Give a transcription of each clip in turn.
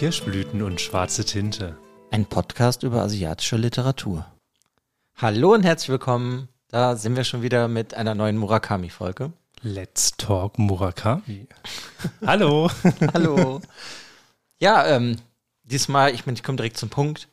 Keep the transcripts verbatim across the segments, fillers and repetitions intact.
Kirschblüten und schwarze Tinte. Ein Podcast über asiatische Literatur. Hallo und herzlich willkommen. Da sind wir schon wieder mit einer neuen Murakami-Folge. Let's talk Murakami. Hallo. Hallo. Ja, ähm, diesmal, ich meine, ich komme direkt zum Punkt.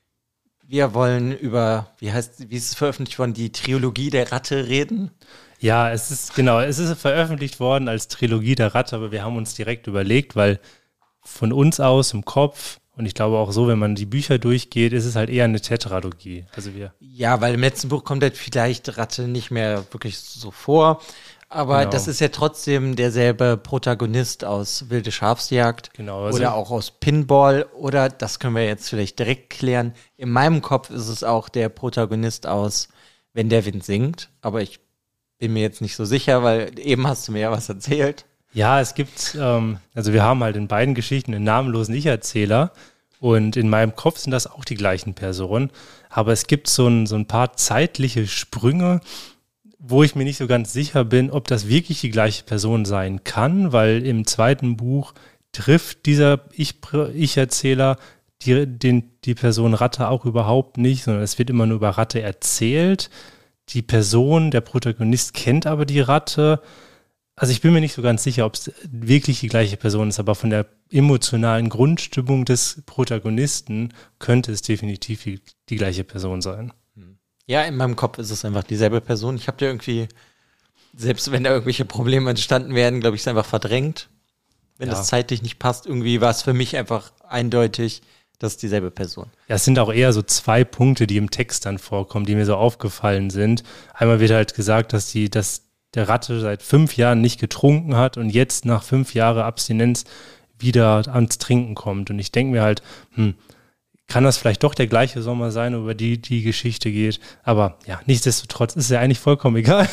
Wir wollen über, wie heißt, wie ist es veröffentlicht worden, die Trilogie der Ratte reden. Ja, es ist, genau, es ist veröffentlicht worden als Trilogie der Ratte, aber wir haben uns direkt überlegt, weil von uns aus im Kopf und ich glaube auch so, wenn man die Bücher durchgeht, ist es halt eher eine Tetralogie. Also wir. Ja, weil im letzten Buch kommt halt vielleicht Ratte nicht mehr wirklich so vor, aber genau. Das ist ja trotzdem derselbe Protagonist aus Wilde Schafsjagd genau, also oder auch aus Pinball oder, das können wir jetzt vielleicht direkt klären, in meinem Kopf ist es auch der Protagonist aus Wenn der Wind singt, aber ich bin mir jetzt nicht so sicher, weil eben hast du mir ja was erzählt. Ja, es gibt, ähm, also wir haben halt in beiden Geschichten einen namenlosen Ich-Erzähler und in meinem Kopf sind das auch die gleichen Personen, aber es gibt so ein, so ein paar zeitliche Sprünge, wo ich mir nicht so ganz sicher bin, ob das wirklich die gleiche Person sein kann, weil im zweiten Buch trifft dieser Ich- Ich-Erzähler die, den, die Person Ratte auch überhaupt nicht, sondern es wird immer nur über Ratte erzählt. Die Person, der Protagonist kennt aber die Ratte. Also ich bin mir nicht so ganz sicher, ob es wirklich die gleiche Person ist, aber von der emotionalen Grundstimmung des Protagonisten könnte es definitiv die, die gleiche Person sein. Ja, in meinem Kopf ist es einfach dieselbe Person. Ich habe da irgendwie, selbst wenn da irgendwelche Probleme entstanden werden, glaube ich, es einfach verdrängt. Wenn ja. das zeitlich nicht passt, irgendwie war es für mich einfach eindeutig, das ist dieselbe Person. Ja, es sind auch eher so zwei Punkte, die im Text dann vorkommen, die mir so aufgefallen sind. Einmal wird halt gesagt, dass die, dass der Ratte seit fünf Jahren nicht getrunken hat und jetzt nach fünf Jahren Abstinenz wieder ans Trinken kommt. Und ich denke mir halt, hm, kann das vielleicht doch der gleiche Sommer sein, über die die Geschichte geht. Aber ja, nichtsdestotrotz ist es ja eigentlich vollkommen egal.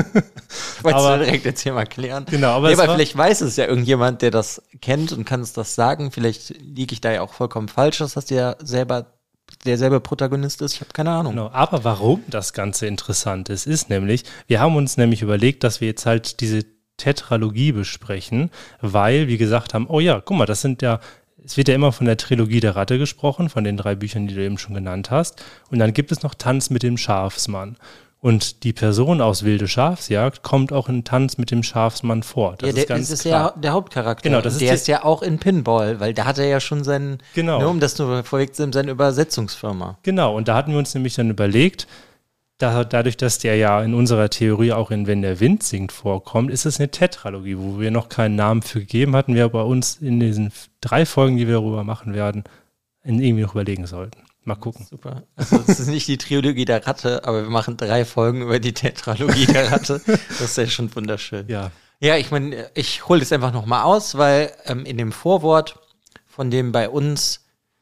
Wolltest du direkt jetzt hier mal klären? Genau, aber, ja, es aber war, vielleicht weiß es ja irgendjemand, der das kennt und kann uns das sagen. Vielleicht liege ich da ja auch vollkommen falsch, dass das ja selber derselbe Protagonist ist. Ich habe keine Ahnung. Genau, aber warum das Ganze interessant ist, ist nämlich, wir haben uns nämlich überlegt, dass wir jetzt halt diese Tetralogie besprechen, weil wir gesagt haben, oh ja, guck mal, das sind ja, es wird ja immer von der Trilogie der Ratte gesprochen, von den drei Büchern, die du eben schon genannt hast. Und dann gibt es noch Tanz mit dem Schafsmann. Und die Person aus Wilde Schafsjagd kommt auch in Tanz mit dem Schafsmann vor. Das ja, der, ist ganz das ist klar. ja der Hauptcharakter. Genau, das ist der die, ist ja auch in Pinball, weil da hat er ja schon seinen, genau. nur um das nur vorwegzunehmen, seine Übersetzungsfirma. Genau, und da hatten wir uns nämlich dann überlegt, da, dadurch, dass der ja in unserer Theorie auch in Wenn der Wind singt vorkommt, ist es eine Tetralogie, wo wir noch keinen Namen für gegeben hatten, wir aber uns in diesen drei Folgen, die wir darüber machen werden, irgendwie noch überlegen sollten. Mal gucken. Super. Also es ist nicht die Trilogie der Ratte, aber wir machen drei Folgen über die Tetralogie der Ratte. Das ist ja schon wunderschön. Ja. Ja, ich meine, ich hole das einfach nochmal aus, weil ähm, in dem Vorwort von dem bei uns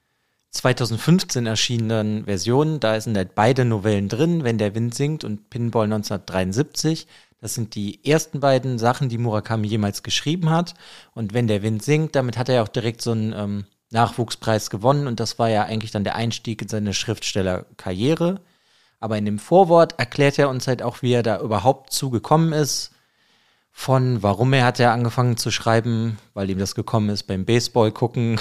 zwanzig fünfzehn erschienenen Version, da sind halt beide Novellen drin, Wenn der Wind singt und Pinball neunzehnhundertdreiundsiebzig. Das sind die ersten beiden Sachen, die Murakami jemals geschrieben hat. Und Wenn der Wind singt, damit hat er ja auch direkt so einen ähm, Nachwuchspreis gewonnen und das war ja eigentlich dann der Einstieg in seine Schriftstellerkarriere. Aber in dem Vorwort erklärt er uns halt auch, wie er da überhaupt zugekommen ist, von warum er hat er angefangen zu schreiben, weil ihm das gekommen ist beim Baseball gucken,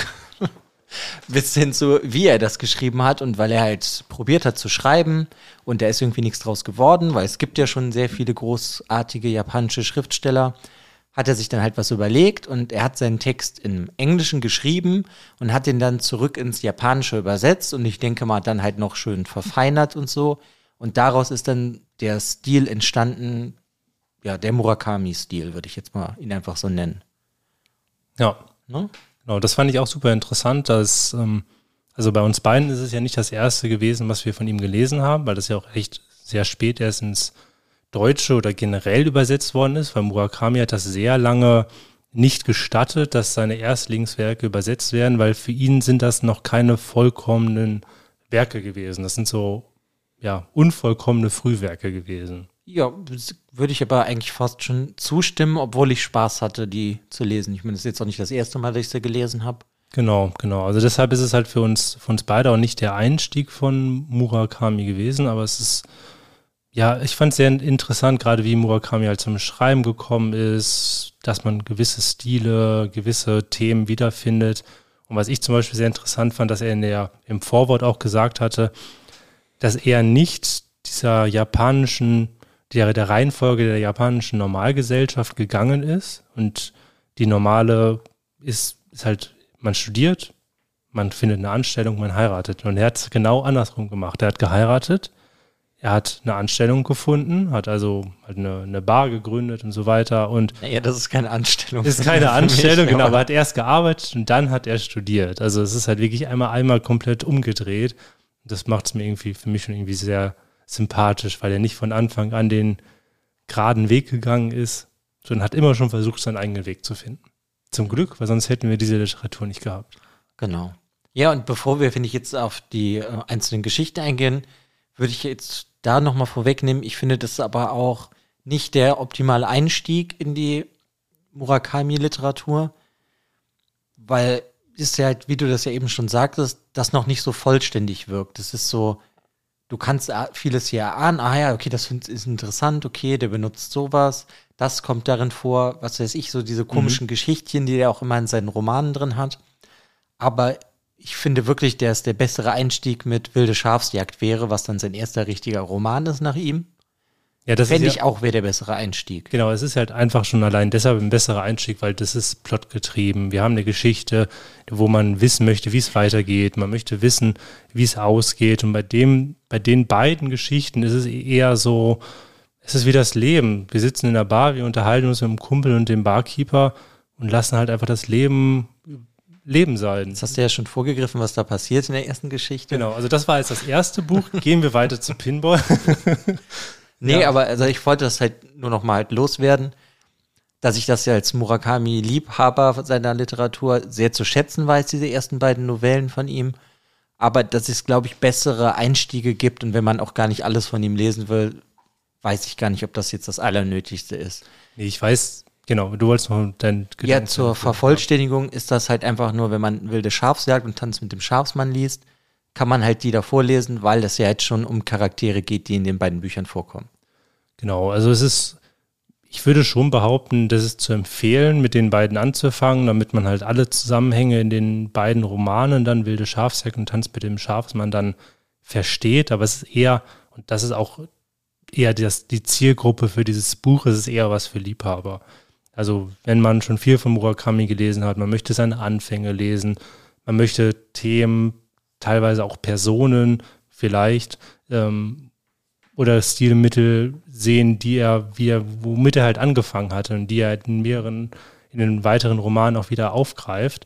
bis hin zu, wie er das geschrieben hat und weil er halt probiert hat zu schreiben und da ist irgendwie nichts draus geworden, weil es gibt ja schon sehr viele großartige japanische Schriftsteller, hat er sich dann halt was überlegt und er hat seinen Text im Englischen geschrieben und hat den dann zurück ins Japanische übersetzt und ich denke mal dann halt noch schön verfeinert und so und daraus ist dann der Stil entstanden, ja, der Murakami-Stil, würde ich jetzt mal ihn einfach so nennen. Ja, ne? Genau, das fand ich auch super interessant, dass, ähm, also bei uns beiden ist es ja nicht das erste gewesen, was wir von ihm gelesen haben, weil das ja auch echt sehr spät erst ins Deutsche oder generell übersetzt worden ist, weil Murakami hat das sehr lange nicht gestattet, dass seine Erstlingswerke übersetzt werden, weil für ihn sind das noch keine vollkommenen Werke gewesen. Das sind so, ja, unvollkommene Frühwerke gewesen. Ja, würde ich aber eigentlich fast schon zustimmen, obwohl ich Spaß hatte, die zu lesen. Ich meine, das ist jetzt auch nicht das erste Mal, dass ich sie gelesen habe. Genau, genau. Also deshalb ist es halt für uns, für uns beide auch nicht der Einstieg von Murakami gewesen, aber es ist, ja, ich fand es sehr interessant, gerade wie Murakami halt zum Schreiben gekommen ist, dass man gewisse Stile, gewisse Themen wiederfindet. Und was ich zum Beispiel sehr interessant fand, dass er in der, im Vorwort auch gesagt hatte, dass er nicht dieser japanischen, der, der Reihenfolge der japanischen Normalgesellschaft gegangen ist. Und die normale ist, ist halt, man studiert, man findet eine Anstellung, man heiratet. Und er hat es genau andersrum gemacht. Er hat geheiratet, er hat eine Anstellung gefunden, hat also halt eine, eine Bar gegründet und so weiter. Und naja, das ist keine Anstellung. Ist keine Anstellung, mich, genau, aber hat erst gearbeitet und dann hat er studiert. Also es ist halt wirklich einmal, einmal komplett umgedreht. Das macht es mir irgendwie, für mich schon irgendwie sehr sympathisch, weil er nicht von Anfang an den geraden Weg gegangen ist, sondern hat immer schon versucht, seinen eigenen Weg zu finden. Zum Glück, weil sonst hätten wir diese Literatur nicht gehabt. Genau. Ja, und bevor wir, finde ich, jetzt auf die äh, einzelnen Geschichten eingehen, würde ich jetzt da nochmal vorwegnehmen. Ich finde, das ist aber auch nicht der optimale Einstieg in die Murakami-Literatur, weil ist ja halt, wie du das ja eben schon sagtest, das noch nicht so vollständig wirkt. Das ist so, du kannst vieles hier erahnen, ah ja, okay, das ist interessant, okay, der benutzt sowas, das kommt darin vor, was weiß ich, so diese komischen mhm. Geschichtchen, die er auch immer in seinen Romanen drin hat. Aber ich finde wirklich, der ist der bessere Einstieg mit Wilde Schafsjagd wäre, was dann sein erster richtiger Roman ist nach ihm. Ja, das fände ist ich ja, auch wäre der bessere Einstieg. Genau, es ist halt einfach schon allein deshalb ein besserer Einstieg, weil das ist plotgetrieben. Wir haben eine Geschichte, wo man wissen möchte, wie es weitergeht. Man möchte wissen, wie es ausgeht. Und bei dem, bei den beiden Geschichten ist es eher so, es ist wie das Leben. Wir sitzen in der Bar, wir unterhalten uns mit dem Kumpel und dem Barkeeper und lassen halt einfach das Leben Leben sein. Jetzt hast du ja schon vorgegriffen, was da passiert in der ersten Geschichte. Genau, also das war jetzt das erste Buch. Gehen wir weiter zu Pinball. Nee, ja. aber also ich wollte das halt nur noch mal halt loswerden, dass ich das ja als Murakami-Liebhaber seiner Literatur sehr zu schätzen weiß, diese ersten beiden Novellen von ihm. Aber dass es, glaube ich, bessere Einstiege gibt und wenn man auch gar nicht alles von ihm lesen will, weiß ich gar nicht, ob das jetzt das Allernötigste ist. Nee, ich weiß, genau, du wolltest noch deinen Gedanken. Ja, zur Vervollständigung ist das halt einfach nur, wenn man Wilde Schafsjagd und Tanz mit dem Schafsmann liest, kann man halt die davor lesen, weil das ja jetzt schon um Charaktere geht, die in den beiden Büchern vorkommen. Genau, also es ist, ich würde schon behaupten, das ist zu empfehlen, mit den beiden anzufangen, damit man halt alle Zusammenhänge in den beiden Romanen, dann Wilde Schafsjagd und Tanz mit dem Schafsmann, dann versteht. Aber es ist eher, und das ist auch eher das, die Zielgruppe für dieses Buch, es ist eher was für Liebhaber. Also wenn man schon viel von Murakami gelesen hat, man möchte seine Anfänge lesen, man möchte Themen, teilweise auch Personen vielleicht ähm, oder Stilmittel sehen, die er, wie er, womit er halt angefangen hatte und die er in mehreren, in den weiteren Romanen auch wieder aufgreift.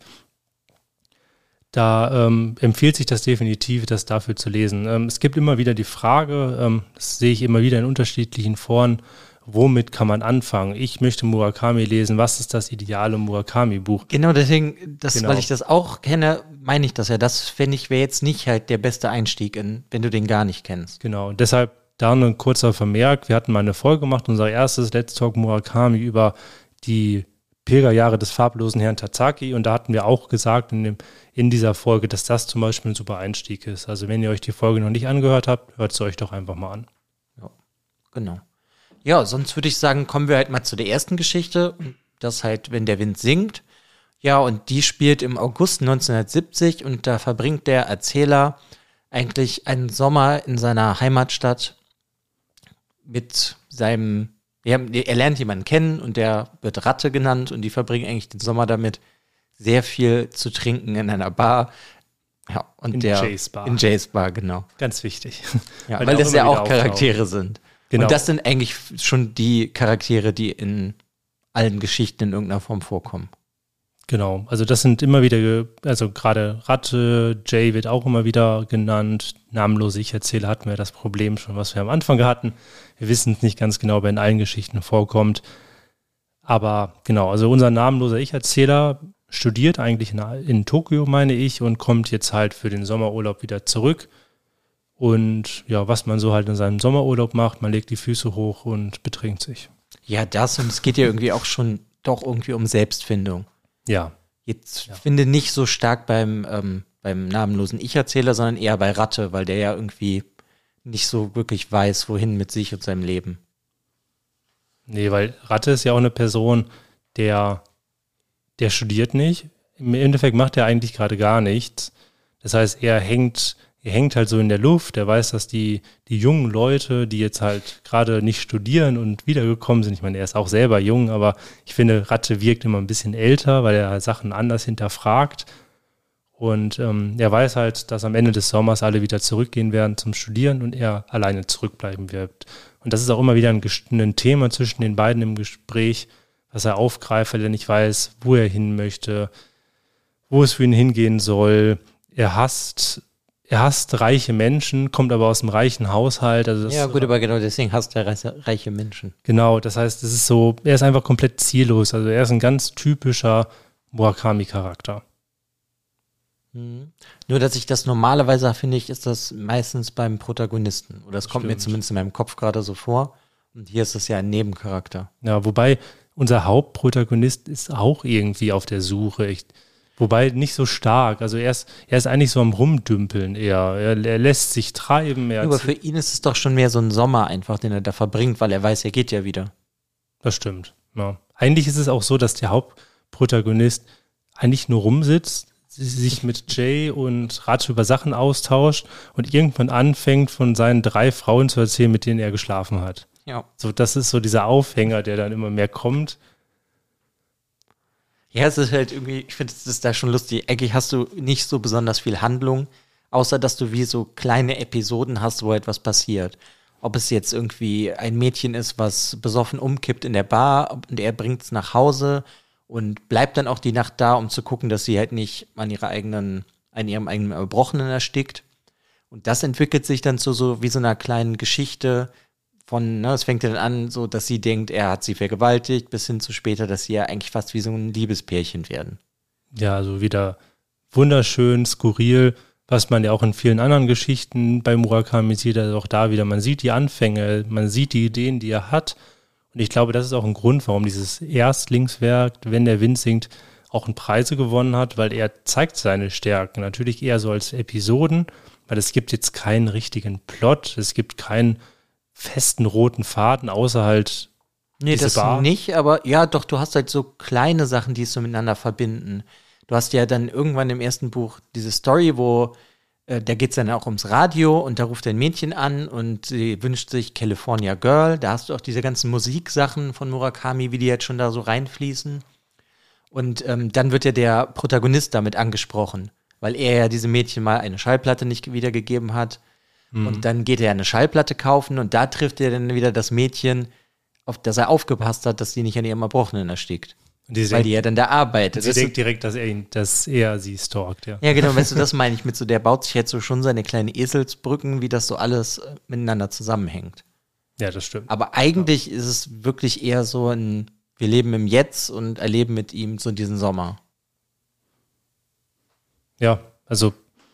Da ähm, empfiehlt sich das definitiv, das dafür zu lesen. Ähm, es gibt immer wieder die Frage, ähm, das sehe ich immer wieder in unterschiedlichen Foren, womit kann man anfangen? Ich möchte Murakami lesen. Was ist das ideale Murakami-Buch? Genau, deswegen, das, Genau. weil ich das auch kenne, meine ich das ja. Das, finde ich, wäre jetzt nicht halt der beste Einstieg, in, wenn du den gar nicht kennst. Genau, und deshalb da ein kurzer Vermerk. Wir hatten mal eine Folge gemacht, unser erstes Let's Talk Murakami über die Pilgerjahre des farblosen Herrn Tazaki. Und da hatten wir auch gesagt in, dem, in dieser Folge, dass das zum Beispiel ein super Einstieg ist. Also wenn ihr euch die Folge noch nicht angehört habt, hört es euch doch einfach mal an. Ja, genau. Ja, sonst würde ich sagen, kommen wir halt mal zu der ersten Geschichte. Das halt, wenn der Wind singt. Ja, und die spielt im August neunzehnhundertsiebzig und da verbringt der Erzähler eigentlich einen Sommer in seiner Heimatstadt mit seinem, ja, er lernt jemanden kennen und der wird Ratte genannt und die verbringen eigentlich den Sommer damit, sehr viel zu trinken in einer Bar. Ja, und in der Jays Bar. In Jays Bar, genau. Ganz wichtig. Ja, weil, weil das ja auch Charaktere auftauchen. Sind. Genau. Und das sind eigentlich schon die Charaktere, die in allen Geschichten in irgendeiner Form vorkommen. Genau, also das sind immer wieder, also gerade Ratte, Jay wird auch immer wieder genannt, namenlose Ich-Erzähler hatten wir das Problem schon, was wir am Anfang hatten. Wir wissen es nicht ganz genau, wer in allen Geschichten vorkommt. Aber genau, also unser namenloser Ich-Erzähler studiert eigentlich in, in Tokio, meine ich, und kommt jetzt halt für den Sommerurlaub wieder zurück. Und ja, was man so halt in seinem Sommerurlaub macht, man legt die Füße hoch und betrinkt sich. Ja, das und es geht ja irgendwie auch schon doch irgendwie um Selbstfindung. Ja. Jetzt ja. finde nicht so stark beim, ähm, beim namenlosen Ich-Erzähler, sondern eher bei Ratte, weil der ja irgendwie nicht so wirklich weiß, wohin mit sich und seinem Leben. Nee, weil Ratte ist ja auch eine Person, der, der studiert nicht. im Endeffekt macht er eigentlich gerade gar nichts. Das heißt, er hängt, er hängt halt so in der Luft. Er weiß, dass die, die jungen Leute, die jetzt halt gerade nicht studieren und wiedergekommen sind, ich meine, er ist auch selber jung, aber ich finde, Ratte wirkt immer ein bisschen älter, weil er halt Sachen anders hinterfragt. Und ähm, er weiß halt, dass am Ende des Sommers alle wieder zurückgehen werden zum Studieren und er alleine zurückbleiben wird. Und das ist auch immer wieder ein, ein Thema zwischen den beiden im Gespräch, was er aufgreift, weil er nicht weiß, wo er hin möchte, wo es für ihn hingehen soll. Er hasst, er hasst reiche Menschen, kommt aber aus einem reichen Haushalt. Also das ja gut, aber genau deswegen hasst er reiche Menschen. Genau, das heißt, es ist so, er ist einfach komplett ziellos. Also er ist ein ganz typischer Murakami-Charakter. Mhm. Nur, dass ich das normalerweise, finde ich, ist das meistens beim Protagonisten. Oder das kommt Stimmt. mir zumindest in meinem Kopf gerade so vor. Und hier ist es ja ein Nebencharakter. Ja, wobei unser Hauptprotagonist ist auch irgendwie auf der Suche. Ich, wobei nicht so stark. Also er ist, er ist eigentlich so am Rumdümpeln eher. Er, er lässt sich treiben. Er Aber für ihn ist es doch schon mehr so ein Sommer einfach, den er da verbringt, weil er weiß, er geht ja wieder. Das stimmt. Ja. Eigentlich ist es auch so, dass der Hauptprotagonist eigentlich nur rumsitzt, sich mit Jay und Ratte über Sachen austauscht und irgendwann anfängt, von seinen drei Frauen zu erzählen, mit denen er geschlafen hat. Ja. So, das ist so dieser Aufhänger, der dann immer mehr kommt. Ja, es ist halt irgendwie, ich finde, es ist da schon lustig. Eigentlich hast du nicht so besonders viel Handlung, außer dass du wie so kleine Episoden hast, wo etwas passiert. Ob es jetzt irgendwie ein Mädchen ist, was besoffen umkippt in der Bar und er bringt es nach Hause und bleibt dann auch die Nacht da, um zu gucken, dass sie halt nicht an ihrer eigenen, an ihrem eigenen Erbrochenen erstickt. Und das entwickelt sich dann zu so wie so einer kleinen Geschichte von, ne, es fängt dann an, so dass sie denkt, er hat sie vergewaltigt, bis hin zu später, dass sie ja eigentlich fast wie so ein Liebespärchen werden. Ja, also wieder wunderschön, skurril, was man ja auch in vielen anderen Geschichten bei Murakami sieht, also auch da wieder, man sieht die Anfänge, man sieht die Ideen, die er hat. Und ich glaube, das ist auch ein Grund, warum dieses Erstlingswerk, Wenn der Wind singt, auch einen Preise gewonnen hat, weil er zeigt seine Stärken. Natürlich eher so als Episoden, weil es gibt jetzt keinen richtigen Plot, es gibt keinen festen roten Faden, außer halt Nee, diese das Bar. nicht, aber ja, doch, du hast halt so kleine Sachen, die es so miteinander verbinden. Du hast ja dann irgendwann im ersten Buch diese Story, wo äh, da geht es dann auch ums Radio und da ruft ein Mädchen an und sie wünscht sich California Girl. Da hast du auch diese ganzen Musiksachen von Murakami, wie die jetzt schon da so reinfließen. Und ähm, dann wird ja der Protagonist damit angesprochen, weil er ja diesem Mädchen mal eine Schallplatte nicht wiedergegeben hat. Mhm. Und dann geht er eine Schallplatte kaufen und da trifft er dann wieder das Mädchen, auf das er aufgepasst hat, dass sie nicht an ihrem Erbrochenen erstickt. Und die Weil denkt, die ja dann da arbeitet. sie Das denkt ist, direkt, dass er, ihn, dass er sie stalkt, ja. ja, genau, weißt du, das meine ich mit so, der baut sich jetzt so schon seine kleinen Eselsbrücken, wie das so alles äh, miteinander zusammenhängt. Ja, das stimmt. Aber eigentlich ist es wirklich eher so ein, wir leben im Jetzt und erleben mit ihm so diesen Sommer. Ja, also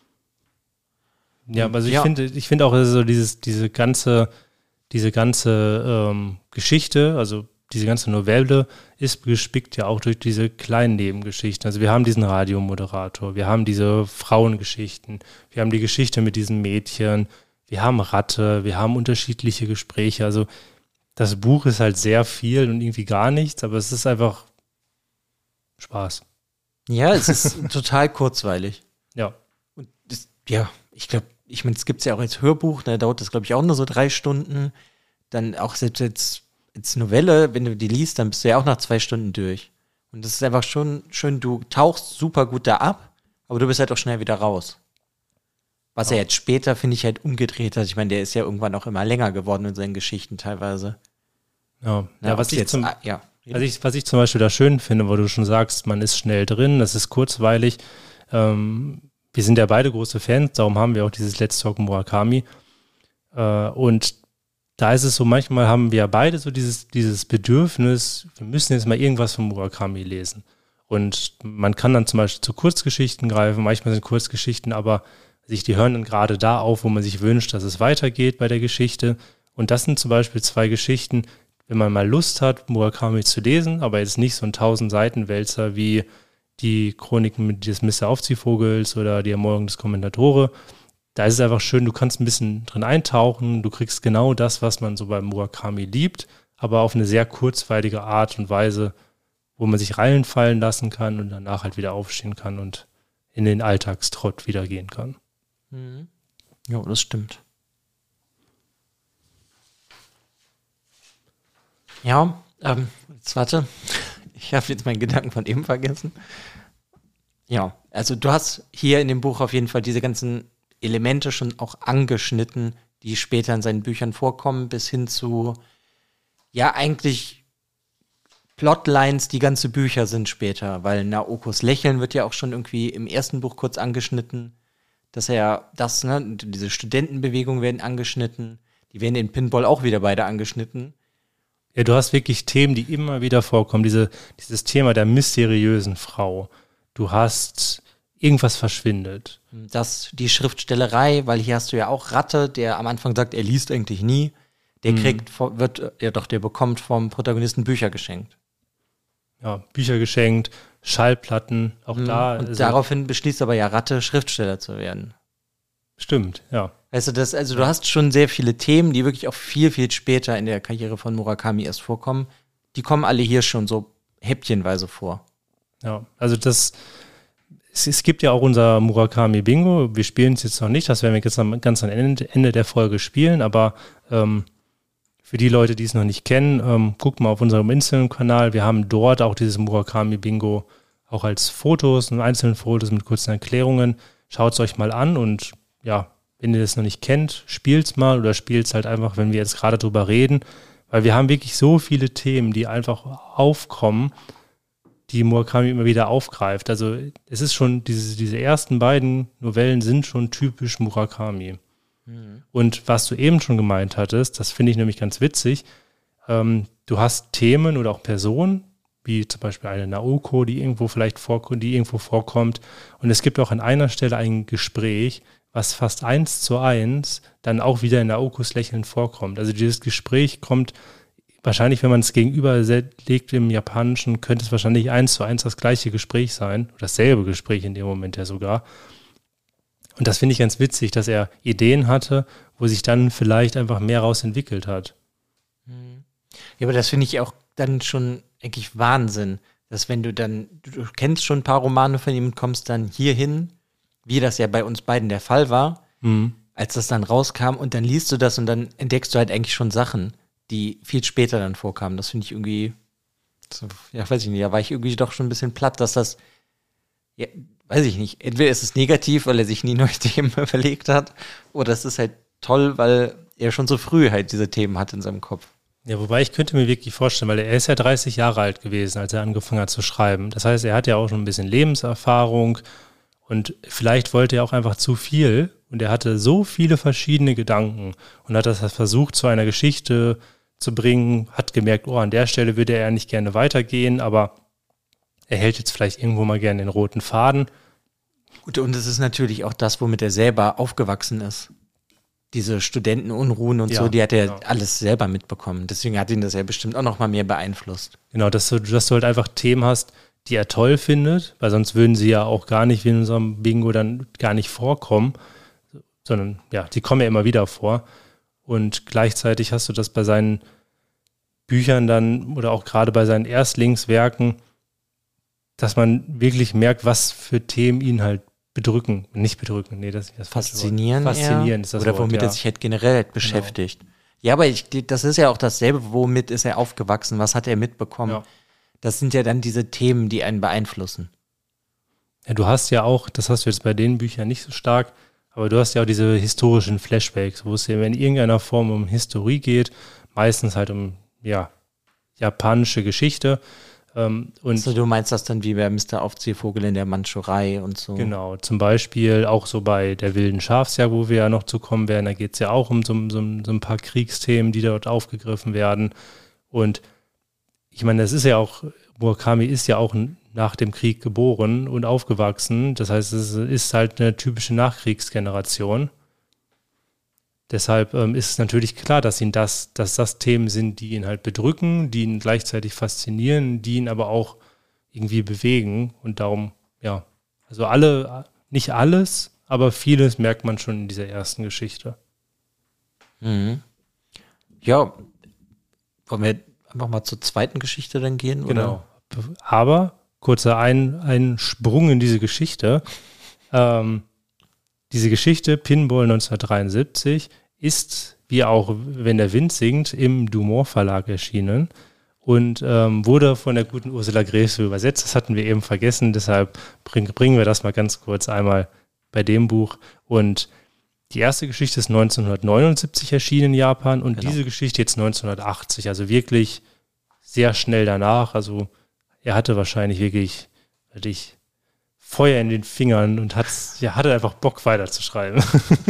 ja, also ich Ja. finde, ich finde auch also dieses, diese ganze, diese ganze ähm, Geschichte, also diese ganze Novelle ist gespickt ja auch durch diese kleinen Nebengeschichten. Also wir haben diesen Radiomoderator, wir haben diese Frauengeschichten, wir haben die Geschichte mit diesem Mädchen, wir haben Ratte, wir haben unterschiedliche Gespräche. Also das Buch ist halt sehr viel und irgendwie gar nichts, aber es ist einfach Spaß. Ja, es ist total kurzweilig. Ja. Und das, ja, ich glaube, ich meine, es gibt es ja auch als Hörbuch, da dauert das, glaube ich, auch nur so drei Stunden. Dann auch selbst jetzt als Novelle, wenn du die liest, dann bist du ja auch nach zwei Stunden durch. Und das ist einfach schon schön, du tauchst super gut da ab, aber du bist halt auch schnell wieder raus. Was Ja. er jetzt später, finde ich, halt umgedreht hat. Ich meine, der ist ja irgendwann auch immer länger geworden in seinen Geschichten teilweise. Ja, Na, ja was ob ich jetzt, zum, ah, ja. Also ich, was ich zum Beispiel da schön finde, wo du schon sagst, man ist schnell drin, das ist kurzweilig. Ähm, wir sind ja beide große Fans, darum haben wir auch dieses Let's Talk Murakami. Äh, und da ist es so, manchmal haben wir ja beide so dieses, dieses Bedürfnis, wir müssen jetzt mal irgendwas von Murakami lesen. Und man kann dann zum Beispiel zu Kurzgeschichten greifen, manchmal sind Kurzgeschichten aber, sich die hören dann gerade da auf, wo man sich wünscht, dass es weitergeht bei der Geschichte. Und das sind zum Beispiel zwei Geschichten, wenn man mal Lust hat, Murakami zu lesen, aber jetzt nicht so ein tausend-Seiten-Wälzer wie die Chroniken des Mister Aufziehvogels oder die Ermordung des Kommentatore. Da ist es einfach schön, du kannst ein bisschen drin eintauchen, du kriegst genau das, was man so bei Murakami liebt, aber auf eine sehr kurzweilige Art und Weise, wo man sich reinfallen lassen kann und danach halt wieder aufstehen kann und in den Alltagstrott wieder gehen kann. Mhm. Ja, das stimmt. Ja, ähm, jetzt warte. Ich habe jetzt meinen Gedanken von eben vergessen. Ja, also du hast hier in dem Buch auf jeden Fall diese ganzen Elemente schon auch angeschnitten, die später in seinen Büchern vorkommen, bis hin zu, ja, eigentlich Plotlines, die ganze Bücher sind später, weil Naokos Lächeln wird ja auch schon irgendwie im ersten Buch kurz angeschnitten, dass er das, ne, diese Studentenbewegung werden angeschnitten, die werden in Pinball auch wieder beide angeschnitten. Ja, du hast wirklich Themen, die immer wieder vorkommen, diese, dieses Thema der mysteriösen Frau. Du hast irgendwas verschwindet. Das, die Schriftstellerei, weil hier hast du ja auch Ratte, der am Anfang sagt, er liest eigentlich nie. Der kriegt, mhm. wird, ja doch, der bekommt vom Protagonisten Bücher geschenkt. Ja, Bücher geschenkt, Schallplatten, auch mhm. da. Und also, daraufhin beschließt aber ja Ratte, Schriftsteller zu werden. Stimmt, ja. Weißt du, das, also du hast schon sehr viele Themen, die wirklich auch viel, viel später in der Karriere von Murakami erst vorkommen. Die kommen alle hier schon so häppchenweise vor. Ja, also das, es, es gibt ja auch unser Murakami-Bingo. Wir spielen es jetzt noch nicht, das werden wir jetzt am, ganz am Ende, Ende der Folge spielen, aber ähm, für die Leute, die es noch nicht kennen, ähm, guckt mal auf unserem Instagram-Kanal. Wir haben dort auch dieses Murakami-Bingo auch als Fotos und einzelnen Fotos mit kurzen Erklärungen. Schaut es euch mal an und ja, wenn ihr das noch nicht kennt, spielt's mal oder spielt's halt einfach, wenn wir jetzt gerade drüber reden, weil wir haben wirklich so viele Themen, die einfach aufkommen, die Murakami immer wieder aufgreift. Also es ist schon, diese, diese ersten beiden Novellen sind schon typisch Murakami. Mhm. Und was du eben schon gemeint hattest, das finde ich nämlich ganz witzig, ähm, du hast Themen oder auch Personen, wie zum Beispiel eine Naoko, die irgendwo vielleicht vorkommt, die irgendwo vorkommt. Und es gibt auch an einer Stelle ein Gespräch, was fast eins zu eins dann auch wieder in Naokos Lächeln vorkommt. Also dieses Gespräch kommt wahrscheinlich, wenn man es gegenüber legt im Japanischen, könnte es wahrscheinlich eins zu eins das gleiche Gespräch sein, oder dasselbe Gespräch in dem Moment ja sogar. Und das finde ich ganz witzig, dass er Ideen hatte, wo sich dann vielleicht einfach mehr raus entwickelt hat. Ja, aber das finde ich auch dann schon eigentlich Wahnsinn, dass wenn du dann, du kennst schon ein paar Romane von ihm und kommst dann hierhin, wie das ja bei uns beiden der Fall war, mhm. als das dann rauskam und dann liest du das und dann entdeckst du halt eigentlich schon Sachen, die viel später dann vorkamen. Das finde ich irgendwie, so, ja, weiß ich nicht, da war ich irgendwie doch schon ein bisschen platt, dass das, ja, weiß ich nicht, entweder ist es negativ, weil er sich nie neue Themen überlegt hat, oder es ist halt toll, weil er schon so früh halt diese Themen hat in seinem Kopf. Ja, wobei ich könnte mir wirklich vorstellen, weil er ist ja dreißig Jahre alt gewesen, als er angefangen hat zu schreiben. Das heißt, er hat ja auch schon ein bisschen Lebenserfahrung und vielleicht wollte er auch einfach zu viel und er hatte so viele verschiedene Gedanken und hat das versucht, zu einer Geschichte zu bringen, hat gemerkt, oh, an der Stelle würde er ja nicht gerne weitergehen, aber er hält jetzt vielleicht irgendwo mal gerne den roten Faden. Gut, und es ist natürlich auch das, womit er selber aufgewachsen ist. Diese Studentenunruhen und ja, so, die hat er genau. alles selber mitbekommen. Deswegen hat ihn das ja bestimmt auch noch mal mehr beeinflusst. Genau, dass du, dass du halt einfach Themen hast, die er toll findet, weil sonst würden sie ja auch gar nicht wie in unserem Bingo dann gar nicht vorkommen, sondern ja, die kommen ja immer wieder vor. Und gleichzeitig hast du das bei seinen Büchern dann oder auch gerade bei seinen Erstlingswerken, dass man wirklich merkt, was für Themen ihn halt bedrücken, nicht bedrücken, nee, das ist das Faszinieren. Faszinieren ist das Oder Wort, womit ja. er sich halt generell halt beschäftigt. Genau. Ja, aber ich, das ist ja auch dasselbe, womit ist er aufgewachsen, was hat er mitbekommen. Ja. Das sind ja dann diese Themen, die einen beeinflussen. Ja, du hast ja auch, das hast du jetzt bei den Büchern nicht so stark, aber du hast ja auch diese historischen Flashbacks, wo es ja in irgendeiner Form um Historie geht, meistens halt um, ja, japanische Geschichte. Ähm, und also du meinst das dann wie bei Mister Aufziehvogel in der Mandschurei und so? Genau, zum Beispiel auch so bei der wilden Schafsjagd, wo wir ja noch zu kommen werden, da geht es ja auch um so, so, so ein paar Kriegsthemen, die dort aufgegriffen werden. Und ich meine, das ist ja auch, Murakami ist ja auch nach dem Krieg geboren und aufgewachsen. Das heißt, es ist halt eine typische Nachkriegsgeneration. Deshalb ähm, ist es natürlich klar, dass ihn das, dass das Themen sind, die ihn halt bedrücken, die ihn gleichzeitig faszinieren, die ihn aber auch irgendwie bewegen. Und darum, ja, also alle, nicht alles, aber vieles merkt man schon in dieser ersten Geschichte. Mhm. Ja, wollen wir einfach mal zur zweiten Geschichte dann gehen? Genau. Oder? Aber, kurzer ein, ein Sprung in diese Geschichte. Ähm, diese Geschichte, Pinball neunzehnhundertdreiundsiebzig, ist, wie auch Wenn der Wind singt, im Dumont Verlag erschienen und ähm, wurde von der guten Ursula Grefsö übersetzt. Das hatten wir eben vergessen, deshalb bring, bringen wir das mal ganz kurz einmal bei dem Buch. Und die erste Geschichte ist neunzehnhundertneunundsiebzig erschienen in Japan und Genau. diese Geschichte jetzt neunzehnhundertachtzig, also wirklich sehr schnell danach. Also er hatte wahrscheinlich wirklich, wirklich Feuer in den Fingern und hat's, ja, hatte einfach Bock weiterzuschreiben.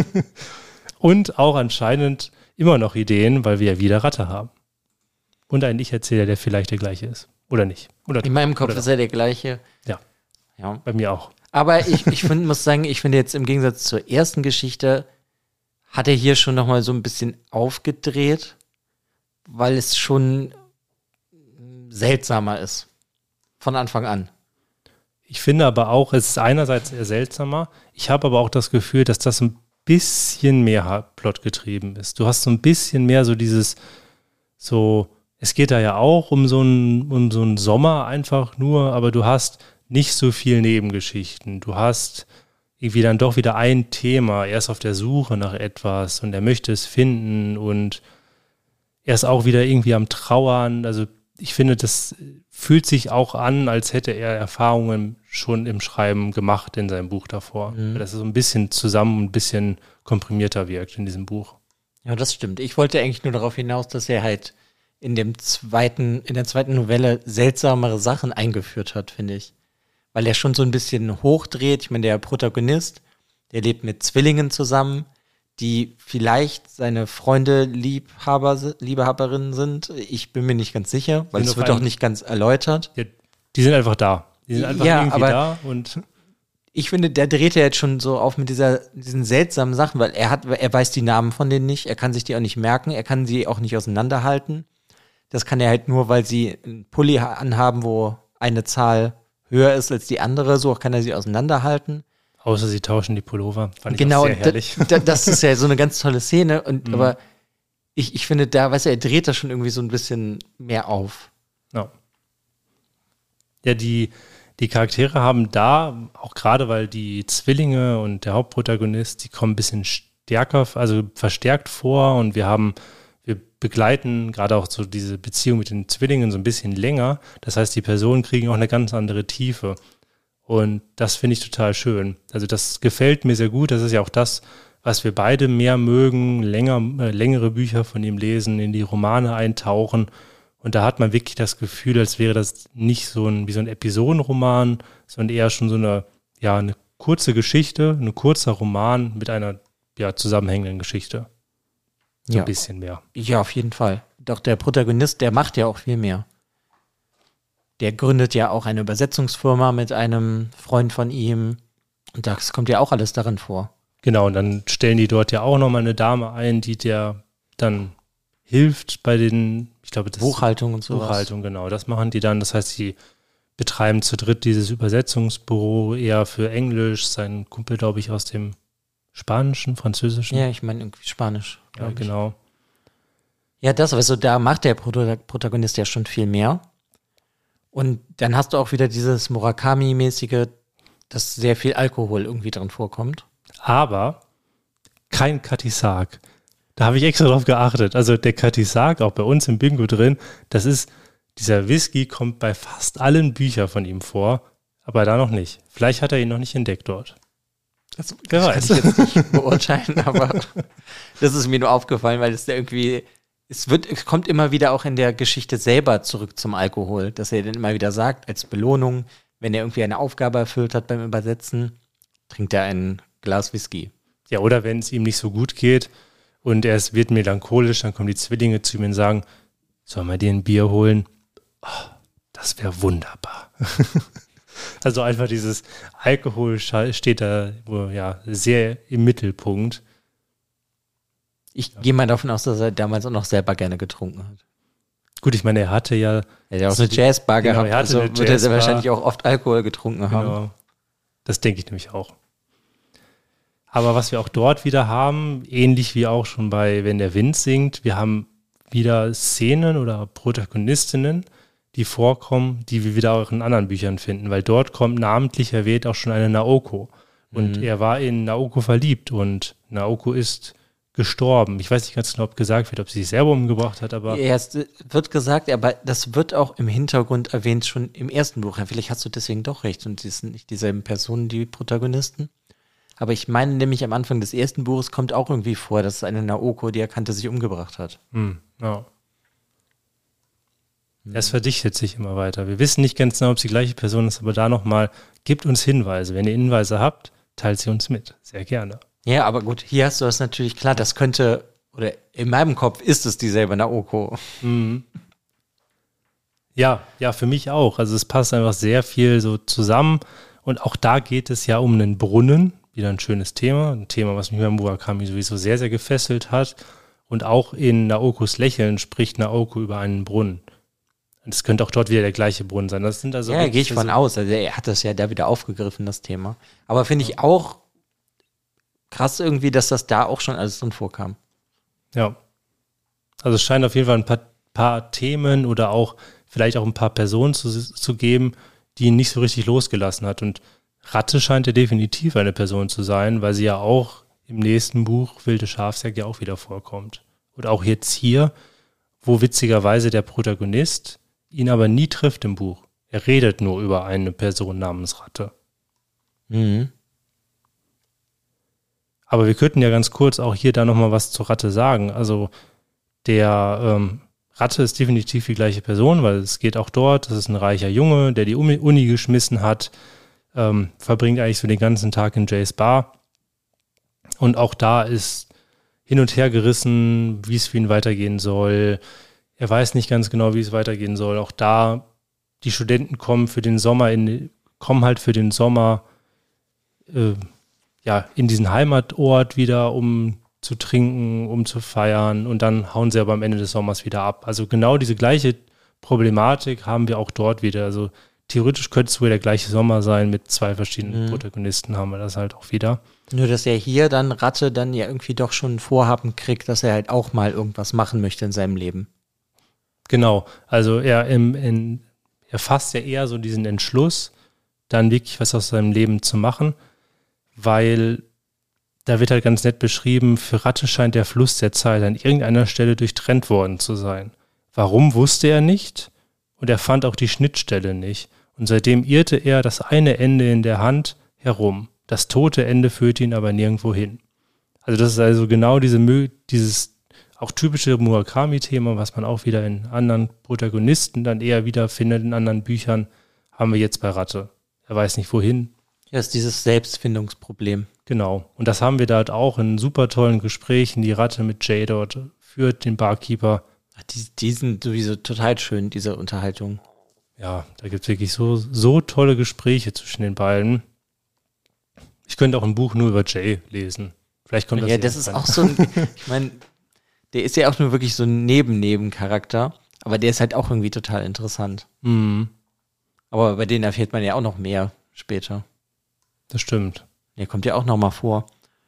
Und auch anscheinend immer noch Ideen, weil wir ja wieder Ratte haben. Und einen Ich-Erzähler, der vielleicht der gleiche ist. Oder nicht. Oder In meinem Kopf oder ist er der gleiche. Ja. Ja. Bei mir auch. Aber ich, ich find, muss sagen, ich finde jetzt im Gegensatz zur ersten Geschichte, hat er hier schon nochmal so ein bisschen aufgedreht, weil es schon seltsamer ist. Von Anfang an. Ich finde aber auch, es ist einerseits eher seltsamer. Ich habe aber auch das Gefühl, dass das ein bisschen mehr Plot getrieben ist. Du hast so ein bisschen mehr so dieses, so, es geht da ja auch um so einen, um so einen Sommer einfach nur, aber du hast nicht so viel Nebengeschichten. Du hast irgendwie dann doch wieder ein Thema. Er ist auf der Suche nach etwas und er möchte es finden und er ist auch wieder irgendwie am Trauern. Also ich finde, das fühlt sich auch an, als hätte er Erfahrungen schon im Schreiben gemacht in seinem Buch davor. Mhm. Dass es so ein bisschen zusammen, ein bisschen komprimierter wirkt in diesem Buch. Ja, das stimmt. Ich wollte eigentlich nur darauf hinaus, dass er halt in dem zweiten, in der zweiten Novelle seltsamere Sachen eingeführt hat, finde ich. Weil er schon so ein bisschen hochdreht. Ich meine, der Protagonist, der lebt mit Zwillingen zusammen, die vielleicht seine Freunde, Liebhaber, Liebhaberinnen sind. Ich bin mir nicht ganz sicher, weil es wird auch nicht ganz erläutert. Ja, die sind einfach da. Die sind einfach ja, irgendwie aber da und ich finde, der dreht ja jetzt schon so auf mit dieser, diesen seltsamen Sachen, weil er hat, er weiß die Namen von denen nicht, er kann sich die auch nicht merken, er kann sie auch nicht auseinanderhalten. Das kann er halt nur, weil sie einen Pulli anhaben, wo eine Zahl höher ist als die andere, so kann er sie auseinanderhalten. Außer sie tauschen die Pullover. Fand ich genau, auch sehr herrlich. Da, das ist ja so eine ganz tolle Szene. Und Mhm. aber ich, ich finde, da, weißt du, er dreht da schon irgendwie so ein bisschen mehr auf. Ja, ja die, die Charaktere haben da, auch gerade weil die Zwillinge und der Hauptprotagonist, die kommen ein bisschen stärker, also verstärkt vor und wir haben, wir begleiten gerade auch so diese Beziehung mit den Zwillingen so ein bisschen länger. Das heißt, die Personen kriegen auch eine ganz andere Tiefe. Und das finde ich total schön. Also das gefällt mir sehr gut. Das ist ja auch das, was wir beide mehr mögen, länger, äh, längere Bücher von ihm lesen, in die Romane eintauchen. Und da hat man wirklich das Gefühl, als wäre das nicht so ein, wie so ein Episodenroman, sondern eher schon so eine, ja, eine kurze Geschichte, ein kurzer Roman mit einer, ja, zusammenhängenden Geschichte. So Ja. ein bisschen mehr. Ja, auf jeden Fall. Doch der Protagonist, der macht ja auch viel mehr. Der gründet ja auch eine Übersetzungsfirma mit einem Freund von ihm. Und das kommt ja auch alles darin vor. Genau, und dann stellen die dort ja auch nochmal eine Dame ein, die der dann hilft bei den, ich glaube, das Buchhaltung und sowas. Buchhaltung, genau, das machen die dann. Das heißt, sie betreiben zu dritt dieses Übersetzungsbüro eher für Englisch. Sein Kumpel, glaube ich, aus dem Spanischen, Französischen. Ja, ich meine irgendwie Spanisch. Ja, glaub ich. genau. Ja, das, aber so, da macht der Prota- Protagonist ja schon viel mehr. Und dann hast du auch wieder dieses Murakami-mäßige, dass sehr viel Alkohol irgendwie drin vorkommt. Aber kein Katisag. Da habe ich extra drauf geachtet. Also der Katisag, auch bei uns im Bingo drin, das ist, dieser Whisky kommt bei fast allen Büchern von ihm vor, aber da noch nicht. Vielleicht hat er ihn noch nicht entdeckt dort. Das, Wer das weiß. kann ich jetzt nicht beurteilen, aber das ist mir nur aufgefallen, weil es da irgendwie, es wird, es kommt immer wieder auch in der Geschichte selber zurück zum Alkohol, dass er dann immer wieder sagt, als Belohnung, wenn er irgendwie eine Aufgabe erfüllt hat beim Übersetzen, trinkt er ein Glas Whisky. Ja, oder wenn es ihm nicht so gut geht und er ist, wird melancholisch, dann kommen die Zwillinge zu ihm und sagen, sollen wir dir ein Bier holen? Oh, das wäre wunderbar. Also einfach dieses Alkohol steht da wo, ja, sehr im Mittelpunkt. Ich gehe mal davon aus, dass er damals auch noch selber gerne getrunken hat. Gut, ich meine, er hatte ja... Er hat ja auch eine Jazzbar Genau, gehabt, er hatte also eine wird er sehr Jazzbar. wahrscheinlich auch oft Alkohol getrunken haben. Genau. Das denke ich nämlich auch. Aber was wir auch dort wieder haben, ähnlich wie auch schon bei Wenn der Wind singt, wir haben wieder Szenen oder Protagonistinnen, die vorkommen, die wir wieder auch in anderen Büchern finden, weil dort kommt namentlich erwähnt auch schon eine Naoko. Und mhm. er war in Naoko verliebt und Naoko ist gestorben. Ich weiß nicht ganz genau, ob gesagt wird, ob sie sich selber umgebracht hat, aber... Ja, es wird gesagt, aber das wird auch im Hintergrund erwähnt, schon im ersten Buch. Vielleicht hast du deswegen doch recht und es sind nicht dieselben Personen, die Protagonisten. Aber ich meine nämlich, am Anfang des ersten Buches kommt auch irgendwie vor, dass eine Naoko, die er kannte, sich umgebracht hat. Hm, ja. Hm. Es verdichtet sich immer weiter. Wir wissen nicht ganz genau, ob es die gleiche Person ist, aber da nochmal, gebt uns Hinweise. Wenn ihr Hinweise habt, teilt sie uns mit. Sehr gerne. Ja, aber gut, hier hast du das natürlich klar, das könnte, oder in meinem Kopf ist es dieselbe Naoko. Mhm. Ja, ja, für mich auch. Also es passt einfach sehr viel so zusammen. Und auch da geht es ja um einen Brunnen. Wieder ein schönes Thema. Ein Thema, was mich beim Murakami sowieso sehr, sehr gefesselt hat. Und auch in Naokos Lächeln spricht Naoko über einen Brunnen. Und es könnte auch dort wieder der gleiche Brunnen sein. Das sind also ja, gehe ich von so aus. Also er hat das ja da wieder aufgegriffen, das Thema. Aber finde ich auch krass irgendwie, dass das da auch schon alles drin vorkam. Ja. Also es scheint auf jeden Fall ein paar, paar Themen oder auch vielleicht auch ein paar Personen zu, zu geben, die ihn nicht so richtig losgelassen hat. Und Ratte scheint ja definitiv eine Person zu sein, weil sie ja auch im nächsten Buch Wilde Schafsjagd ja auch wieder vorkommt. Und auch jetzt hier, wo witzigerweise der Protagonist ihn aber nie trifft im Buch. Er redet nur über eine Person namens Ratte. Mhm. Aber wir könnten ja ganz kurz auch hier da nochmal was zur Ratte sagen. Also der ähm, Ratte ist definitiv die gleiche Person, weil es geht auch dort, das ist ein reicher Junge, der die Uni geschmissen hat, ähm, verbringt eigentlich so den ganzen Tag in Jays Bar. Und auch da ist hin und her gerissen, wie es für ihn weitergehen soll. Er weiß nicht ganz genau, wie es weitergehen soll. Auch da, die Studenten kommen für den Sommer, in, kommen halt für den Sommer äh, ja, in diesen Heimatort wieder, um zu trinken, um zu feiern und dann hauen sie aber am Ende des Sommers wieder ab. Also genau diese gleiche Problematik haben wir auch dort wieder. Also theoretisch könnte es wohl der gleiche Sommer sein, mit zwei verschiedenen mhm. Protagonisten haben wir das halt auch wieder. Nur, dass er hier dann Ratte dann ja irgendwie doch schon ein Vorhaben kriegt, dass er halt auch mal irgendwas machen möchte in seinem Leben. Genau, also er, im, in, er fasst ja eher so diesen Entschluss, dann wirklich was aus seinem Leben zu machen, weil da wird halt ganz nett beschrieben, für Ratte scheint der Fluss der Zeit an irgendeiner Stelle durchtrennt worden zu sein. Warum, wusste er nicht und er fand auch die Schnittstelle nicht. Und seitdem irrte er das eine Ende in der Hand herum. Das tote Ende führte ihn aber nirgendwo hin. Also das ist also genau diese, dieses auch typische Murakami-Thema, was man auch wieder in anderen Protagonisten dann eher wiederfindet, in anderen Büchern, haben wir jetzt bei Ratte. Er weiß nicht wohin. Ja, ist dieses Selbstfindungsproblem. Genau. Und das haben wir da halt auch in super tollen Gesprächen, die Ratte mit Jay dort führt, den Barkeeper. Die, die sind sowieso total schön, diese Unterhaltung. Ja, da gibt es wirklich so, so tolle Gespräche zwischen den beiden. Ich könnte auch ein Buch nur über Jay lesen. Vielleicht kommt das ja, das ist rein. Auch so ein, ich meine, der ist ja auch nur wirklich so ein Neben-Neben-Charakter, aber der ist halt auch irgendwie total interessant. Mhm. Aber bei denen erfährt man ja auch noch mehr später. Das stimmt. Der kommt ja auch noch mal vor.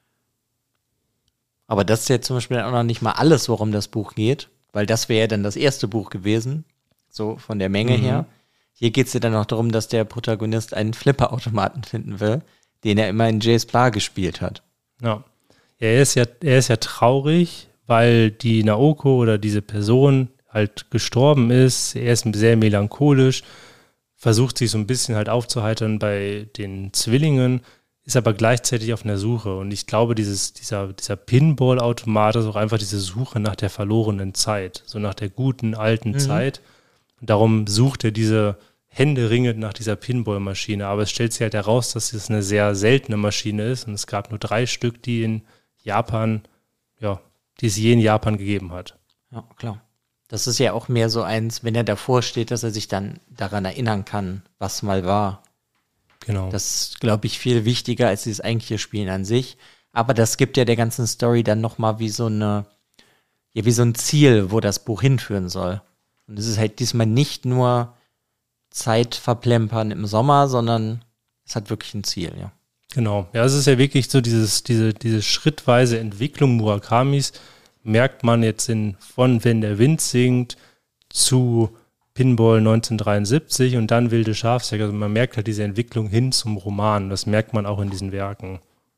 Aber das ist ja zum Beispiel auch noch nicht mal alles, worum das Buch geht, weil das wäre ja dann das erste Buch gewesen, so von der Menge mhm. her. Hier geht es ja dann noch darum, dass der Protagonist einen Flipperautomaten finden will, den er immer in Jays Bar gespielt hat. Ja, ja er ist ja, er ist ja traurig, weil die Naoko oder diese Person halt gestorben ist. Er ist sehr melancholisch, versucht sich so ein bisschen halt aufzuheitern bei den Zwillingen, ist aber gleichzeitig auf einer Suche. Und ich glaube, dieses, dieser, dieser Pinball-Automat ist auch einfach diese Suche nach der verlorenen Zeit, so nach der guten, alten mhm. Zeit. Und darum sucht er diese händeringend nach dieser Pinball-Maschine. Aber es stellt sich halt heraus, dass es eine sehr seltene Maschine ist. Und es gab nur drei Stück, die in Japan, ja, die es je in Japan gegeben hat. Ja, klar. Das ist ja auch mehr so eins, wenn er davor steht, dass er sich dann daran erinnern kann, was mal war. Genau. Das ist, glaube ich, viel wichtiger als dieses eigentliche Spielen an sich. Aber das gibt ja der ganzen Story dann nochmal wie so eine, ja, wie so ein Ziel, wo das Buch hinführen soll. Und es ist halt diesmal nicht nur Zeit verplempern im Sommer, sondern es hat wirklich ein Ziel, ja. Genau. Ja, es ist ja wirklich so dieses, diese, diese schrittweise Entwicklung Murakamis merkt man jetzt in von Wenn der Wind singt zu Pinball neunzehnhundertdreiundsiebzig und dann Wilde Schafsjagd. Also man merkt halt diese Entwicklung hin zum Roman. Das merkt man auch in diesen Werken.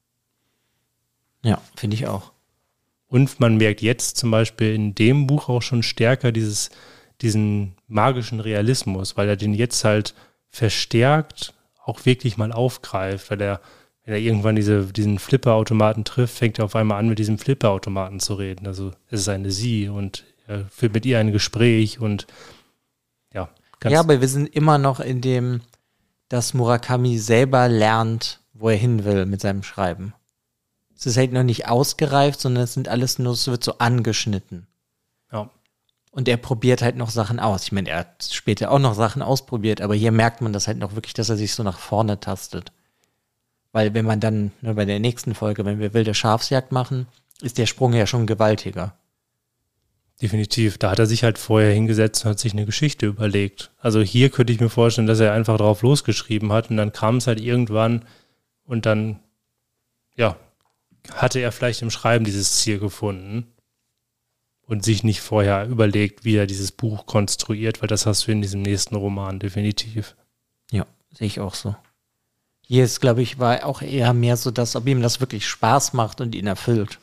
Ja, finde ich auch. Und man merkt jetzt zum Beispiel in dem Buch auch schon stärker dieses, diesen magischen Realismus, weil er den jetzt halt verstärkt auch wirklich mal aufgreift, weil er, wenn er irgendwann diese, diesen Flipperautomaten trifft, fängt er auf einmal an, mit diesem Flipperautomaten zu reden. Also es ist eine Sie und er führt mit ihr ein Gespräch und ja. Ganz Ja, aber wir sind immer noch in dem, dass Murakami selber lernt, wo er hin will mit seinem Schreiben. Es ist halt noch nicht ausgereift, sondern es sind alles nur, es wird so angeschnitten. Ja. Und er probiert halt noch Sachen aus. Ich meine, er hat später auch noch Sachen ausprobiert, aber hier merkt man das halt noch wirklich, dass er sich so nach vorne tastet. Weil wenn man dann, ne, bei der nächsten Folge, wenn wir Wilde Schafsjagd machen, ist der Sprung ja schon gewaltiger. Definitiv. Da hat er sich halt vorher hingesetzt und hat sich eine Geschichte überlegt. Also hier könnte ich mir vorstellen, dass er einfach drauf losgeschrieben hat und dann kam es halt irgendwann und dann, ja, hatte er vielleicht im Schreiben dieses Ziel gefunden und sich nicht vorher überlegt, wie er dieses Buch konstruiert, weil das hast du in diesem nächsten Roman definitiv. Ja, sehe ich auch so. Hier ist, glaube ich, war auch eher mehr so, dass ob ihm das wirklich Spaß macht und ihn erfüllt.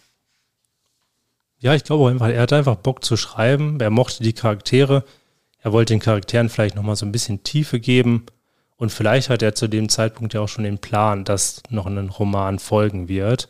Ja, ich glaube einfach, er hatte einfach Bock zu schreiben, er mochte die Charaktere, er wollte den Charakteren vielleicht nochmal so ein bisschen Tiefe geben und vielleicht hat er zu dem Zeitpunkt ja auch schon den Plan, dass noch ein Roman folgen wird.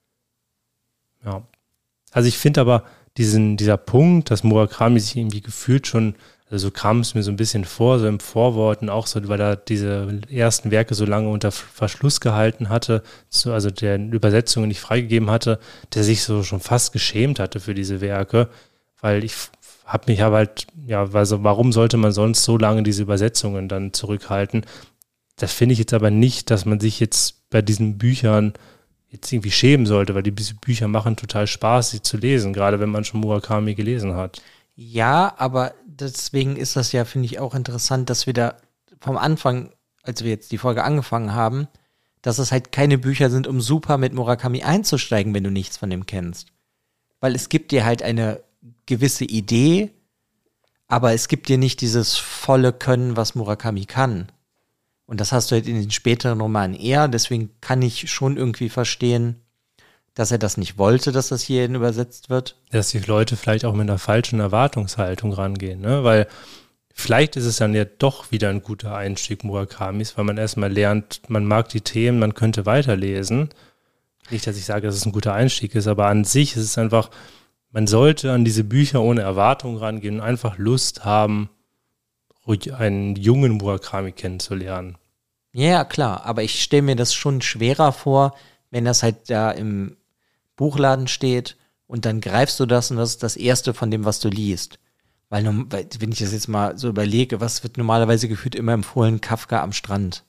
Ja, also ich finde aber diesen, dieser Punkt, dass Murakami sich irgendwie gefühlt schon, also so kam es mir so ein bisschen vor, so im Vorwort und auch so, weil er diese ersten Werke so lange unter Verschluss gehalten hatte, so, also der Übersetzungen nicht freigegeben hatte, der sich so schon fast geschämt hatte für diese Werke, weil ich habe mich aber halt, ja, also warum sollte man sonst so lange diese Übersetzungen dann zurückhalten? Das finde ich jetzt aber nicht, dass man sich jetzt bei diesen Büchern jetzt irgendwie schämen sollte, weil die Bücher machen total Spaß, sie zu lesen, gerade wenn man schon Murakami gelesen hat. Ja, aber deswegen ist das ja, finde ich, auch interessant, dass wir da vom Anfang, als wir jetzt die Folge angefangen haben, dass es halt keine Bücher sind, um super mit Murakami einzusteigen, wenn du nichts von dem kennst. Weil es gibt dir halt eine gewisse Idee, aber es gibt dir nicht dieses volle Können, was Murakami kann. Und das hast du halt in den späteren Romanen eher, deswegen kann ich schon irgendwie verstehen, dass er das nicht wollte, dass das hierhin übersetzt wird. Dass die Leute vielleicht auch mit einer falschen Erwartungshaltung rangehen, ne? Weil vielleicht ist es dann ja doch wieder ein guter Einstieg Murakamis, weil man erstmal lernt, man mag die Themen, man könnte weiterlesen. Nicht, dass ich sage, dass es ein guter Einstieg ist, aber an sich ist es einfach, man sollte an diese Bücher ohne Erwartung rangehen und einfach Lust haben, ruhig einen jungen Murakami kennenzulernen. Ja, klar, aber ich stelle mir das schon schwerer vor, wenn das halt da im Buchladen steht und dann greifst du das und das ist das Erste von dem, was du liest. Weil, wenn ich das jetzt mal so überlege, was wird normalerweise gefühlt immer empfohlen? Kafka am Strand.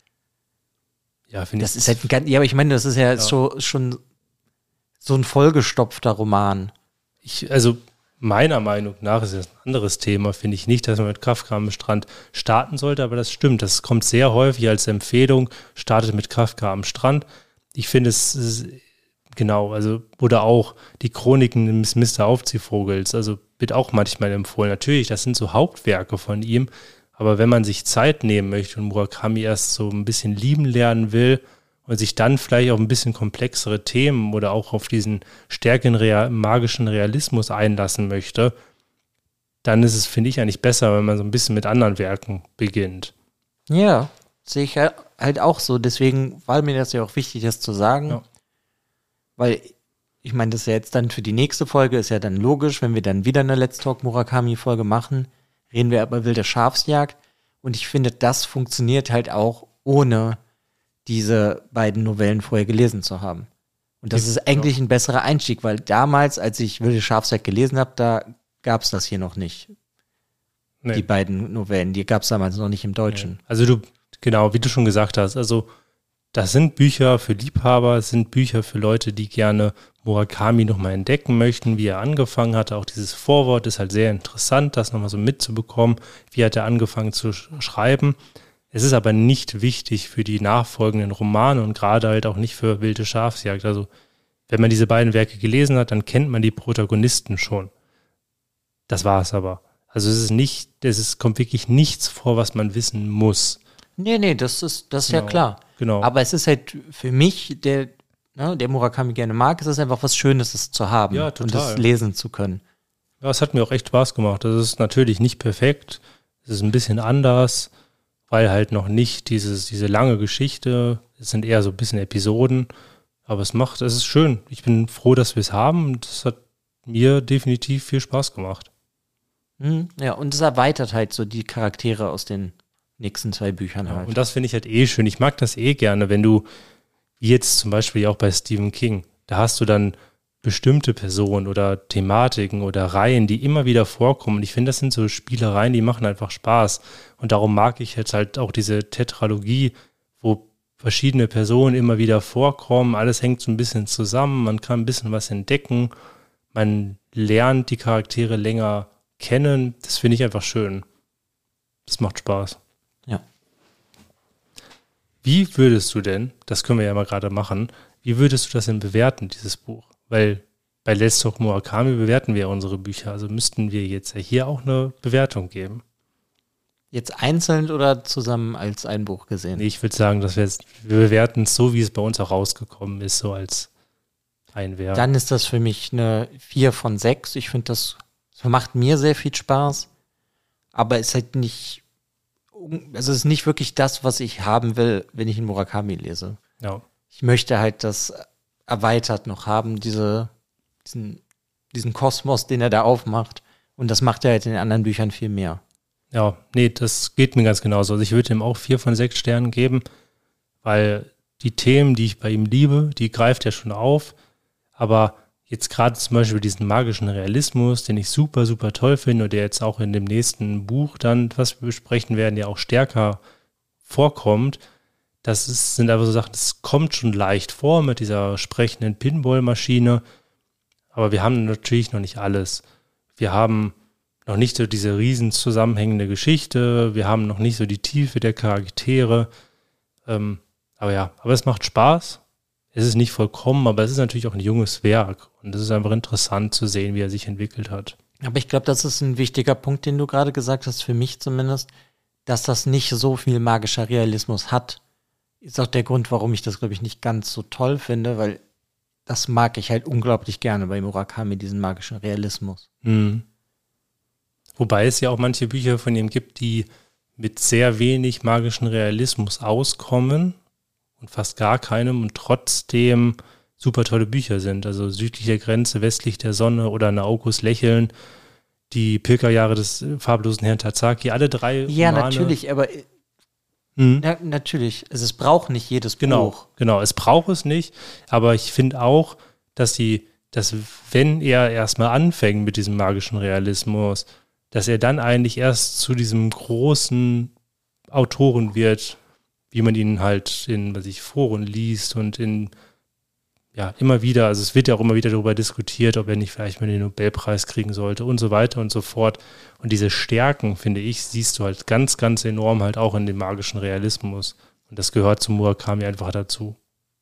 Ja, finde ich. Das ist halt ein ganz, ja, aber ich meine, das ist ja, ja. So, schon so ein vollgestopfter Roman. Ich, also meiner Meinung nach ist das ein anderes Thema, finde ich nicht, dass man mit Kafka am Strand starten sollte, aber das stimmt, das kommt sehr häufig als Empfehlung, startet mit Kafka am Strand. Ich finde es ist, genau, also oder auch die Chroniken des Mister Aufziehvogels, also wird auch manchmal empfohlen. Natürlich, das sind so Hauptwerke von ihm, aber wenn man sich Zeit nehmen möchte und Murakami erst so ein bisschen lieben lernen will und sich dann vielleicht auf ein bisschen komplexere Themen oder auch auf diesen stärkeren Real- magischen Realismus einlassen möchte, dann ist es, finde ich, eigentlich besser, wenn man so ein bisschen mit anderen Werken beginnt. Ja, sehe ich halt auch so. Deswegen war mir das ja auch wichtig, das zu sagen. Ja. Weil, ich meine, das ist ja jetzt dann für die nächste Folge, ist ja dann logisch, wenn wir dann wieder eine Let's Talk Murakami-Folge machen, reden wir aber Wilde Schafsjagd. Und ich finde, das funktioniert halt auch ohne diese beiden Novellen vorher gelesen zu haben. Und das ist eigentlich ein besserer Einstieg, weil damals, als ich Wilde Schafsjagd gelesen habe, da gab es das hier noch nicht. Nee. Die beiden Novellen, die gab es damals noch nicht im Deutschen. Nee. Also du, genau, wie du schon gesagt hast, also das sind Bücher für Liebhaber, es sind Bücher für Leute, die gerne Murakami nochmal entdecken möchten, wie er angefangen hatte. Auch dieses Vorwort ist halt sehr interessant, das nochmal so mitzubekommen, wie hat er angefangen zu sch- schreiben. Es ist aber nicht wichtig für die nachfolgenden Romane und gerade halt auch nicht für Wilde Schafsjagd. Also wenn man diese beiden Werke gelesen hat, dann kennt man die Protagonisten schon. Das war es aber. Also es ist nicht, es ist, kommt wirklich nichts vor, was man wissen muss. Nee, nee, das ist, das ist Genau, ja klar. genau. Aber es ist halt für mich, der, ne, der Murakami gerne mag, es ist einfach was Schönes, es zu haben Ja, und total. es lesen zu können. Ja, es hat mir auch echt Spaß gemacht. Das ist natürlich nicht perfekt. Es ist ein bisschen anders, weil halt noch nicht dieses, diese lange Geschichte, es sind eher so ein bisschen Episoden, aber es macht, es ist schön. Ich bin froh, dass wir es haben und es hat mir definitiv viel Spaß gemacht. Mhm. Ja, und es erweitert halt so die Charaktere aus den nächsten zwei Büchern Ja, halt. und das finde ich halt eh schön. Ich mag das eh gerne, wenn du, wie jetzt zum Beispiel auch bei Stephen King, da hast du dann bestimmte Personen oder Thematiken oder Reihen, die immer wieder vorkommen. Und ich finde, das sind so Spielereien, die machen einfach Spaß. Und darum mag ich jetzt halt auch diese Tetralogie, wo verschiedene Personen immer wieder vorkommen. Alles hängt so ein bisschen zusammen. Man kann ein bisschen was entdecken. Man lernt die Charaktere länger kennen. Das finde ich einfach schön. Das macht Spaß. Ja. Wie würdest du denn, das können wir ja mal gerade machen, wie würdest du das denn bewerten, dieses Buch? Weil bei Let's Talk Murakami bewerten wir unsere Bücher, also müssten wir jetzt ja hier auch eine Bewertung geben. Jetzt einzeln oder zusammen als ein Buch gesehen? Nee, ich würde sagen, dass wir jetzt, wir bewerten es so, wie es bei uns auch rausgekommen ist, so als ein Werk. Dann ist das für mich eine vier von sechs. Ich finde, das, das macht mir sehr viel Spaß, aber es ist halt nicht, also es ist nicht wirklich das, was ich haben will, wenn ich einen Murakami lese. Ja. Ich möchte halt das erweitert noch haben, diese, diesen, diesen Kosmos, den er da aufmacht. Und das macht er halt in den anderen Büchern viel mehr. Ja, nee, das geht mir ganz genauso. Also ich würde ihm auch vier von sechs Sternen geben, weil die Themen, die ich bei ihm liebe, die greift er schon auf. Aber jetzt gerade zum Beispiel diesen magischen Realismus, den ich super, super toll finde und der jetzt auch in dem nächsten Buch dann, was wir besprechen werden, ja auch stärker vorkommt, das ist, sind einfach so Sachen, das kommt schon leicht vor mit dieser sprechenden Pinball-Maschine, aber wir haben natürlich noch nicht alles. Wir haben noch nicht so diese riesen zusammenhängende Geschichte, wir haben noch nicht so die Tiefe der Charaktere, ähm, aber ja, aber es macht Spaß. Es ist nicht vollkommen, aber es ist natürlich auch ein junges Werk und es ist einfach interessant zu sehen, wie er sich entwickelt hat. Aber ich glaube, das ist ein wichtiger Punkt, den du gerade gesagt hast, für mich zumindest, dass das nicht so viel magischer Realismus hat. Ist auch der Grund, warum ich das, glaube ich, nicht ganz so toll finde, weil das mag ich halt unglaublich gerne bei Murakami, diesen magischen Realismus. Mhm. Wobei es ja auch manche Bücher von ihm gibt, die mit sehr wenig magischen Realismus auskommen und fast gar keinem und trotzdem super tolle Bücher sind. Also Südlich der Grenze, Westlich der Sonne oder Naokos Lächeln, die Pilgerjahre des farblosen Herrn Tazaki, alle drei Ja, Romane. natürlich, aber Mhm. na, natürlich, es, es braucht nicht jedes Genau, Buch. genau, es braucht es nicht, aber ich finde auch, dass die, dass wenn er erstmal anfängt mit diesem magischen Realismus, dass er dann eigentlich erst zu diesem großen Autoren wird, wie man ihn halt in, was ich, Foren liest und in, ja, immer wieder, also es wird ja auch immer wieder darüber diskutiert, ob er nicht vielleicht mal den Nobelpreis kriegen sollte und so weiter und so fort. Und diese Stärken, finde ich, siehst du halt ganz, ganz enorm halt auch in dem magischen Realismus. Und das gehört zu Murakami einfach dazu.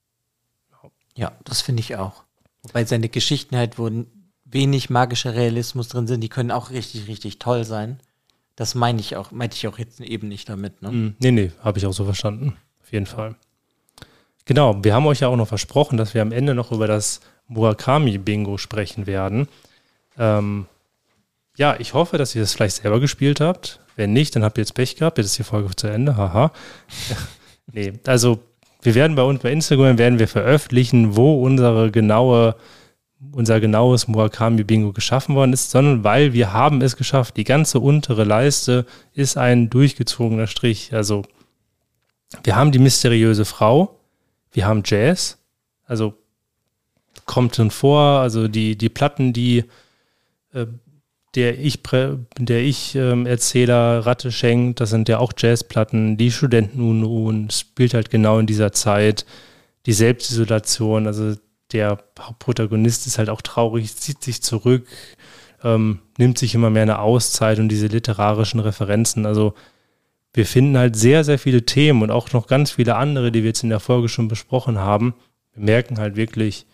Ja, das finde ich auch. Wobei seine Geschichten halt, wo wenig magischer Realismus drin sind, die können auch richtig, richtig toll sein. Das meine ich auch, meinte ich auch jetzt eben nicht damit, ne? Mm, nee, nee, habe ich auch so verstanden. Auf jeden Fall. Genau, wir haben euch ja auch noch versprochen, dass wir am Ende noch über das Murakami-Bingo sprechen werden. Ähm, ja, ich hoffe, dass ihr das vielleicht selber gespielt habt. Wenn nicht, dann habt ihr jetzt Pech gehabt. Jetzt ist die Folge zu Ende. Haha. Nee, also wir werden bei uns bei Instagram werden wir veröffentlichen, wo unsere genaue, unser genaues Murakami-Bingo geschaffen worden ist, sondern weil wir haben es geschafft. Die ganze untere Leiste ist ein durchgezogener Strich. Also wir haben die mysteriöse Frau, wir haben Jazz, also kommt schon vor, also die, die Platten, die äh, der ich, der ich ähm, Erzähler Ratte schenkt, das sind ja auch Jazzplatten, die Studenten-Unruhen, spielt halt genau in dieser Zeit, die Selbstisolation, also der Hauptprotagonist ist halt auch traurig, zieht sich zurück, ähm, nimmt sich immer mehr eine Auszeit und diese literarischen Referenzen, also wir finden halt sehr, sehr viele Themen und auch noch ganz viele andere, die wir jetzt in der Folge schon besprochen haben. Wir merken halt wirklich,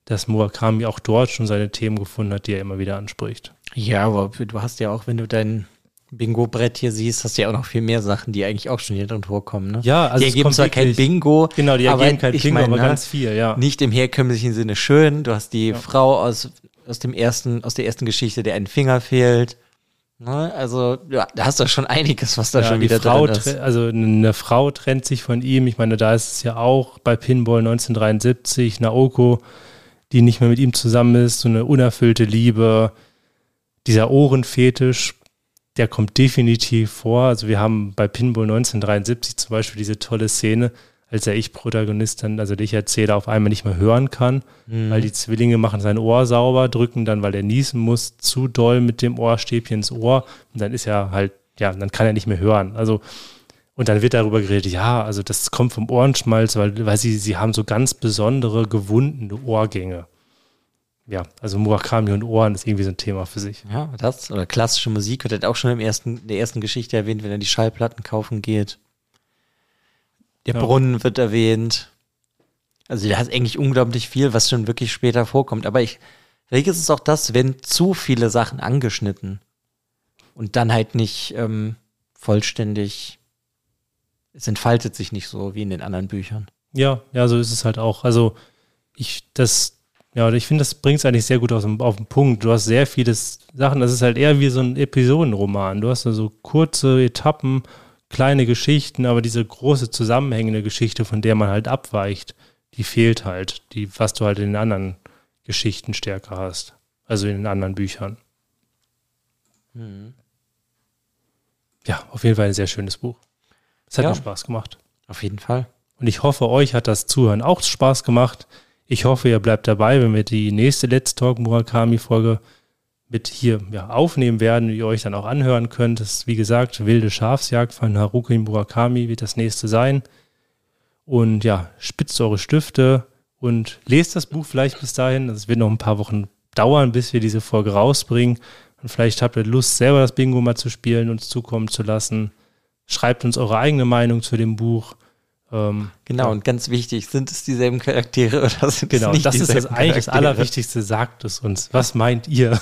dass Murakami auch dort schon seine Themen gefunden hat, die er immer wieder anspricht. Ja, aber du hast ja auch, wenn du dein Bingo-Brett hier siehst, hast du ja auch noch viel mehr Sachen, die eigentlich auch schon hier drin vorkommen. Ne? Ja, also die es ergeben kommt zwar kein wirklich- Bingo, Genau, die aber ergeben kein ich Bingo, meine, aber ne, ganz viel, ja. nicht im herkömmlichen Sinne schön. Du hast die Ja. Frau aus, aus dem ersten, aus der ersten Geschichte, der ein Finger fehlt. Ne? Also, ja, da hast du schon einiges, was da Ja, schon die wieder Frau drin ist. tre- also eine Frau trennt sich von ihm. Ich meine, da ist es ja auch bei Pinball neunzehnhundertdreiundsiebzig, Naoko, die nicht mehr mit ihm zusammen ist, so eine unerfüllte Liebe. Dieser Ohrenfetisch, der kommt definitiv vor. Also wir haben bei Pinball neunzehnhundertdreiundsiebzig zum Beispiel diese tolle Szene, als der Ich-Protagonist dann, also der Ich-Erzähler, auf einmal nicht mehr hören kann, Mhm. weil die Zwillinge machen sein Ohr sauber, drücken dann, weil er niesen muss, zu doll mit dem Ohrstäbchen ins Ohr und dann ist er halt, ja, dann kann er nicht mehr hören. Also und dann wird darüber geredet, ja, also das kommt vom Ohrenschmalz, weil, weil sie, sie haben so ganz besondere, gewundene Ohrgänge. Ja, also Murakami und Ohren ist irgendwie so ein Thema für sich. Ja, das oder klassische Musik wird halt auch schon im ersten, in der ersten Geschichte erwähnt, wenn er die Schallplatten kaufen geht. Der Ja. Brunnen wird erwähnt. Also da ist eigentlich unglaublich viel, was schon wirklich später vorkommt. Aber ich, vielleicht ist es auch das, wenn zu viele Sachen angeschnitten und dann halt nicht ähm, vollständig, es entfaltet sich nicht so wie in den anderen Büchern. Ja, ja, so ist es halt auch. Also ich, das, ja, ich finde, das bringt es eigentlich sehr gut auf, auf den Punkt. Du hast sehr viele Sachen, das ist halt eher wie so ein Episodenroman. Du hast da so kurze Etappen, kleine Geschichten, aber diese große zusammenhängende Geschichte, von der man halt abweicht, die fehlt halt, die, was du halt in den anderen Geschichten stärker hast. Also in den anderen Büchern. Mhm. Ja, auf jeden Fall ein sehr schönes Buch. Es hat Ja. mir Spaß gemacht. Auf jeden Fall. Und ich hoffe, euch hat das Zuhören auch Spaß gemacht. Ich hoffe, ihr bleibt dabei, wenn wir die nächste Let's Talk Murakami-Folge mit hier ja, aufnehmen werden, die ihr euch dann auch anhören könnt. Das ist, wie gesagt, Wilde Schafsjagd von Haruki Murakami wird das nächste sein. Und ja, spitzt eure Stifte und lest das Buch vielleicht bis dahin. Es wird noch ein paar Wochen dauern, bis wir diese Folge rausbringen. Und vielleicht habt ihr Lust, selber das Bingo mal zu spielen, uns zukommen zu lassen. Schreibt uns eure eigene Meinung zu dem Buch. Ähm, Genau, ja. und ganz wichtig, sind es dieselben Charaktere oder sind Genau, es nicht das ist das dieselben eigentlich das Charaktere? Allerwichtigste. Sagt es uns. Was meint ihr?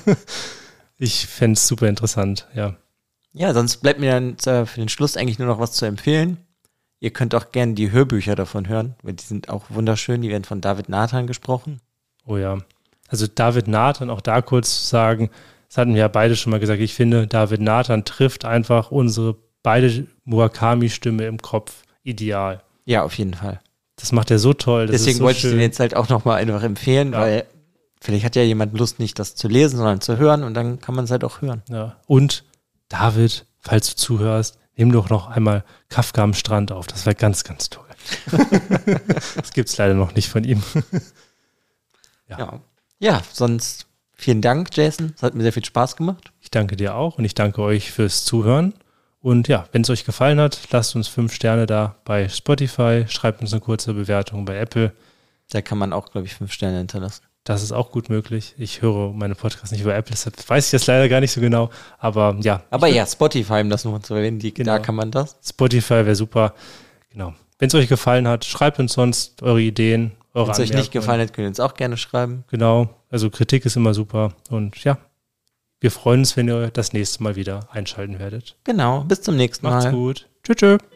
Ich fände es super interessant, ja. Ja, sonst bleibt mir dann äh, für den Schluss eigentlich nur noch was zu empfehlen. Ihr könnt auch gerne die Hörbücher davon hören, weil die sind auch wunderschön. Die werden von David Nathan gesprochen. Oh ja. Also David Nathan, auch da kurz zu sagen, das hatten wir ja beide schon mal gesagt, ich finde, David Nathan trifft einfach unsere beide Murakami-Stimme im Kopf ideal. Ja, auf jeden Fall. Das macht er so toll. Das Deswegen ist so wollte schön. ich den jetzt halt auch nochmal einfach empfehlen, Ja. weil vielleicht hat ja jemand Lust, nicht das zu lesen, sondern zu hören und dann kann man es halt auch hören. Ja. Und David, falls du zuhörst, nimm doch noch einmal Kafka am Strand auf. Das wäre ganz, ganz toll. Das gibt es leider noch nicht von ihm. Ja. Ja. Ja, sonst vielen Dank, Jason. Es hat mir sehr viel Spaß gemacht. Ich danke dir auch und ich danke euch fürs Zuhören. Und ja, wenn es euch gefallen hat, lasst uns fünf Sterne da bei Spotify, schreibt uns eine kurze Bewertung bei Apple. Da kann man auch, glaube ich, fünf Sterne hinterlassen. Das ist auch gut möglich. Ich höre meine Podcasts nicht über Apple, deshalb weiß ich das leider gar nicht so genau. Aber ja. Aber ja, Spotify, um das nochmal zu erwähnen, die, Genau. da kann man das. Spotify wäre super. Genau. Wenn es euch gefallen hat, schreibt uns sonst eure Ideen, eure Wenn es euch nicht Anmerkungen. gefallen hat, könnt ihr uns auch gerne schreiben. Genau. Also Kritik ist immer super. Und ja, wir freuen uns, wenn ihr das nächste Mal wieder einschalten werdet. Genau, bis zum nächsten Macht's Mal. gut. Tschüss. Tschüss.